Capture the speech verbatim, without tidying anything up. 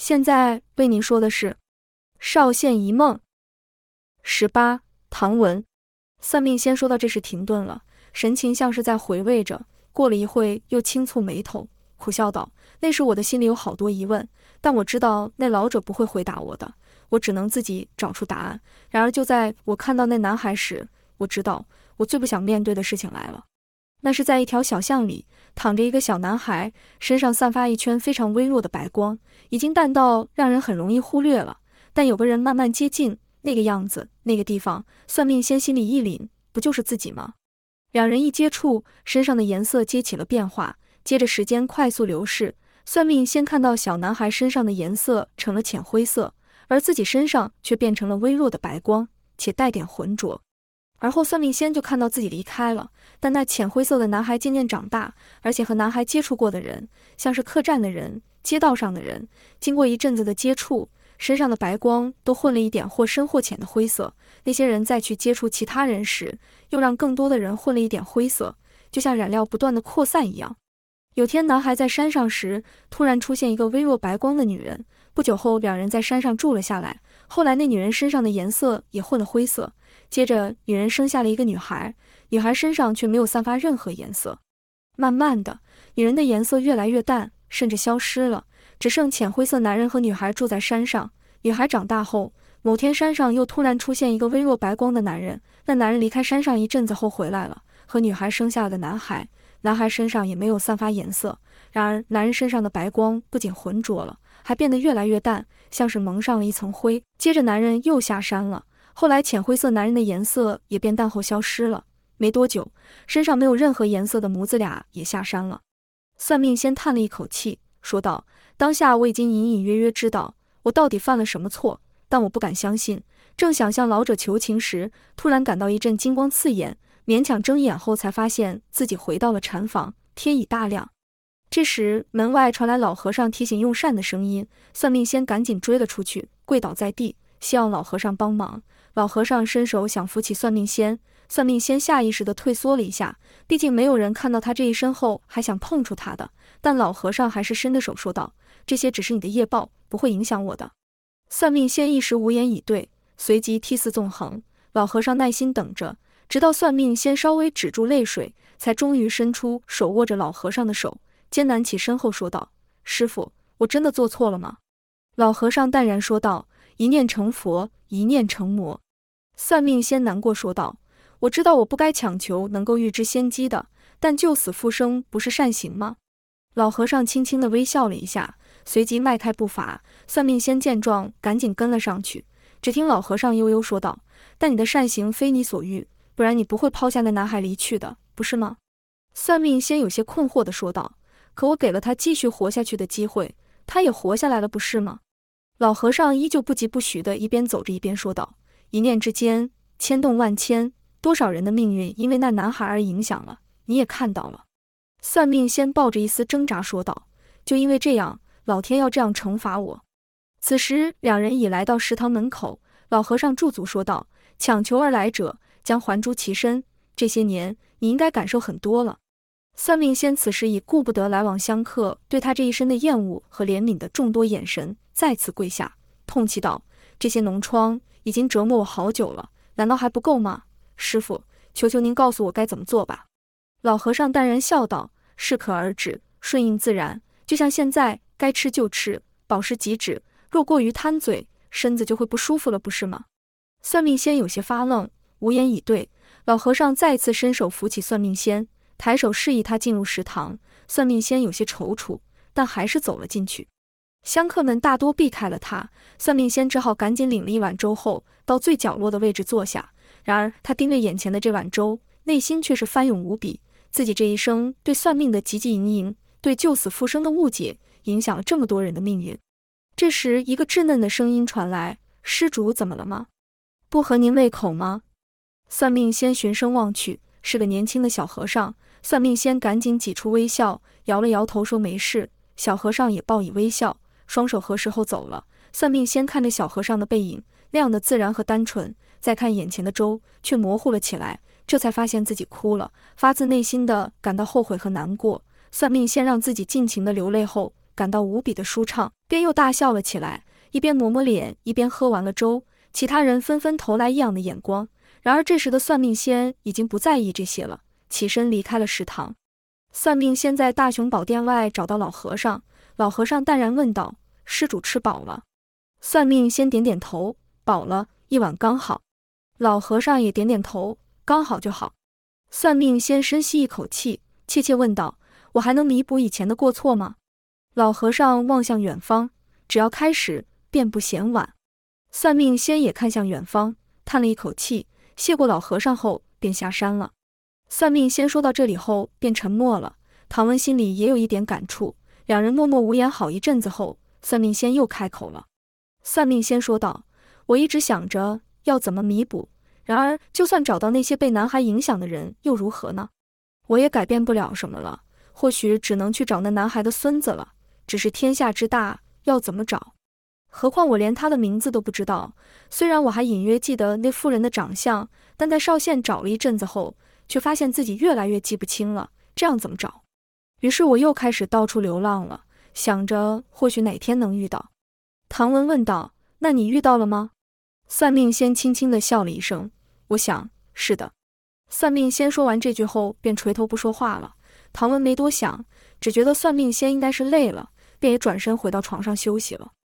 现在为您说的是《少县一梦》十八。唐文。算命先说到这时停顿了，神情像是在回味着，过了一会又轻蹙眉头，苦笑道：那时我的心里有好多疑问，但我知道那老者不会回答我的，我只能自己找出答案。然而就在我看到那男孩时，我知道我最不想面对的事情来了。那是在一条小巷里，躺着一个小男孩，身上散发一圈非常微弱的白光，已经淡到让人很容易忽略了。但有个人慢慢接近，那个样子，那个地方，算命先心里一凛，不就是自己吗？两人一接触，身上的颜色接起了变化，接着时间快速流逝，算命先看到小男孩身上的颜色成了浅灰色，而自己身上却变成了微弱的白光，且带点浑浊。而后算命先就看到自己离开了，但那浅灰色的男孩渐渐长大，而且和男孩接触过的人，像是客栈的人、街道上的人，经过一阵子的接触，身上的白光都混了一点或深或浅的灰色，那些人再去接触其他人时，又让更多的人混了一点灰色，就像染料不断的扩散一样。有天男孩在山上时，突然出现一个微弱白光的女人，不久后两人在山上住了下来，后来那女人身上的颜色也混了灰色，接着女人生下了一个女孩，女孩身上却没有散发任何颜色。慢慢的，女人的颜色越来越淡，甚至消失了，只剩浅灰色。男人和女孩住在山上，女孩长大后，某天山上又突然出现一个微弱白光的男人，那男人离开山上一阵子后回来了，和女孩生下了个男孩，男孩身上也没有散发颜色，然而男人身上的白光不仅浑浊了，还变得越来越淡，像是蒙上了一层灰。接着男人又下山了，后来浅灰色男人的颜色也变淡后消失了，没多久，身上没有任何颜色的母子俩也下山了。算命先叹了一口气，说道：当下我已经隐隐约约知道我到底犯了什么错，但我不敢相信。正想向老者求情时，突然感到一阵金光刺眼，勉强睁眼后才发现自己回到了禅房，天已大亮。这时门外传来老和尚提醒用膳的声音，算命先赶紧追了出去，跪倒在地，希望老和尚帮忙。老和尚伸手想扶起算命仙，算命仙下意识地退缩了一下，毕竟没有人看到他这一身后还想碰触他的，但老和尚还是伸着手说道：这些只是你的业报，不会影响我的。算命仙一时无言以对，随即涕泗纵横。老和尚耐心等着，直到算命仙稍微止住泪水，才终于伸出手握着老和尚的手，艰难起身后说道：师父，我真的做错了吗？老和尚淡然说道：一念成佛，一念成魔。算命仙难过说道：我知道我不该强求能够预知先机的，但救死复生不是善行吗？老和尚轻轻地微笑了一下，随即迈开步伐。算命仙见状赶紧跟了上去，只听老和尚悠悠说道：但你的善行非你所欲，不然你不会抛下那男孩离去的，不是吗？算命仙有些困惑地说道：可我给了他继续活下去的机会，他也活下来了，不是吗？老和尚依旧不疾不徐地一边走着一边说道：一念之间牵动万千，多少人的命运因为那男孩而影响了，你也看到了。算命仙抱着一丝挣扎说道：就因为这样，老天要这样惩罚我。此时两人已来到食堂门口，老和尚驻足说道：抢求而来者将还珠其身，这些年你应该感受很多了。算命仙此时已顾不得来往香客对他这一身的厌恶和怜悯的众多眼神，再次跪下痛泣道：这些脓疮已经折磨我好久了，难道还不够吗？师父，求求您告诉我该怎么做吧。老和尚淡然笑道：适可而止，顺应自然，就像现在该吃就吃，饱食即止，若过于贪嘴，身子就会不舒服了，不是吗？算命仙有些发愣，无言以对。老和尚再次伸手扶起算命仙，抬手示意他进入食堂。算命仙有些踌躇，但还是走了进去。香客们大多避开了他，算命仙只好赶紧领了一碗粥后，到最角落的位置坐下。然而他盯着眼前的这碗粥，内心却是翻涌无比。自己这一生对算命的汲汲营营，对救死复生的误解，影响了这么多人的命运。这时一个稚嫩的声音传来：施主怎么了吗？不合您胃口吗？算命仙循声望去，是个年轻的小和尚。算命仙赶紧挤出微笑，摇了摇头说没事。小和尚也报以微笑，双手合十后走了。算命仙看着小和尚的背影，亮得自然和单纯，再看眼前的粥，却模糊了起来，这才发现自己哭了，发自内心的感到后悔和难过。算命仙让自己尽情的流泪后， 感到无比的舒畅，便又大笑了起来，一边抹抹脸，一边喝完了粥。其他人纷纷投来异样的眼光，然而这时的算命仙已经不在意这些了，起身离开了食堂。算命仙在大雄宝殿外找到老和尚，老和尚淡然问道：“施主吃饱了？”算命仙点点头：“饱了，一碗刚好。”老和尚也点点头：“刚好就好。”算命仙深吸一口气，怯怯问道：“我还能弥补以前的过错吗？”老和尚望向远方：“只要开始，便不嫌晚。”算命仙也看向远方，叹了一口气，谢过老和尚后便下山了。算命仙说到这里后便沉默了，唐文心里也有一点感触，两人默默无言好一阵子后，算命仙又开口了。算命仙说道：“我一直想着要怎么弥补，然而就算找到那些被男孩影响的人又如何呢？我也改变不了什么了，或许只能去找那男孩的孙子了，只是天下之大，要怎么找？何况我连他的名字都不知道，虽然我还隐约记得那妇人的长相，但在邵县找了一阵子后，却发现自己越来越记不清了，这样怎么找？于是我又开始到处流浪了，想着或许哪天能遇到。”唐文问道：“那你遇到了吗？”算命仙轻轻地笑了一声：“我想是的。”算命仙说完这句后便垂头不说话了。唐文没多想，只觉得算命仙应该是累了，便也转身回到床上休息了。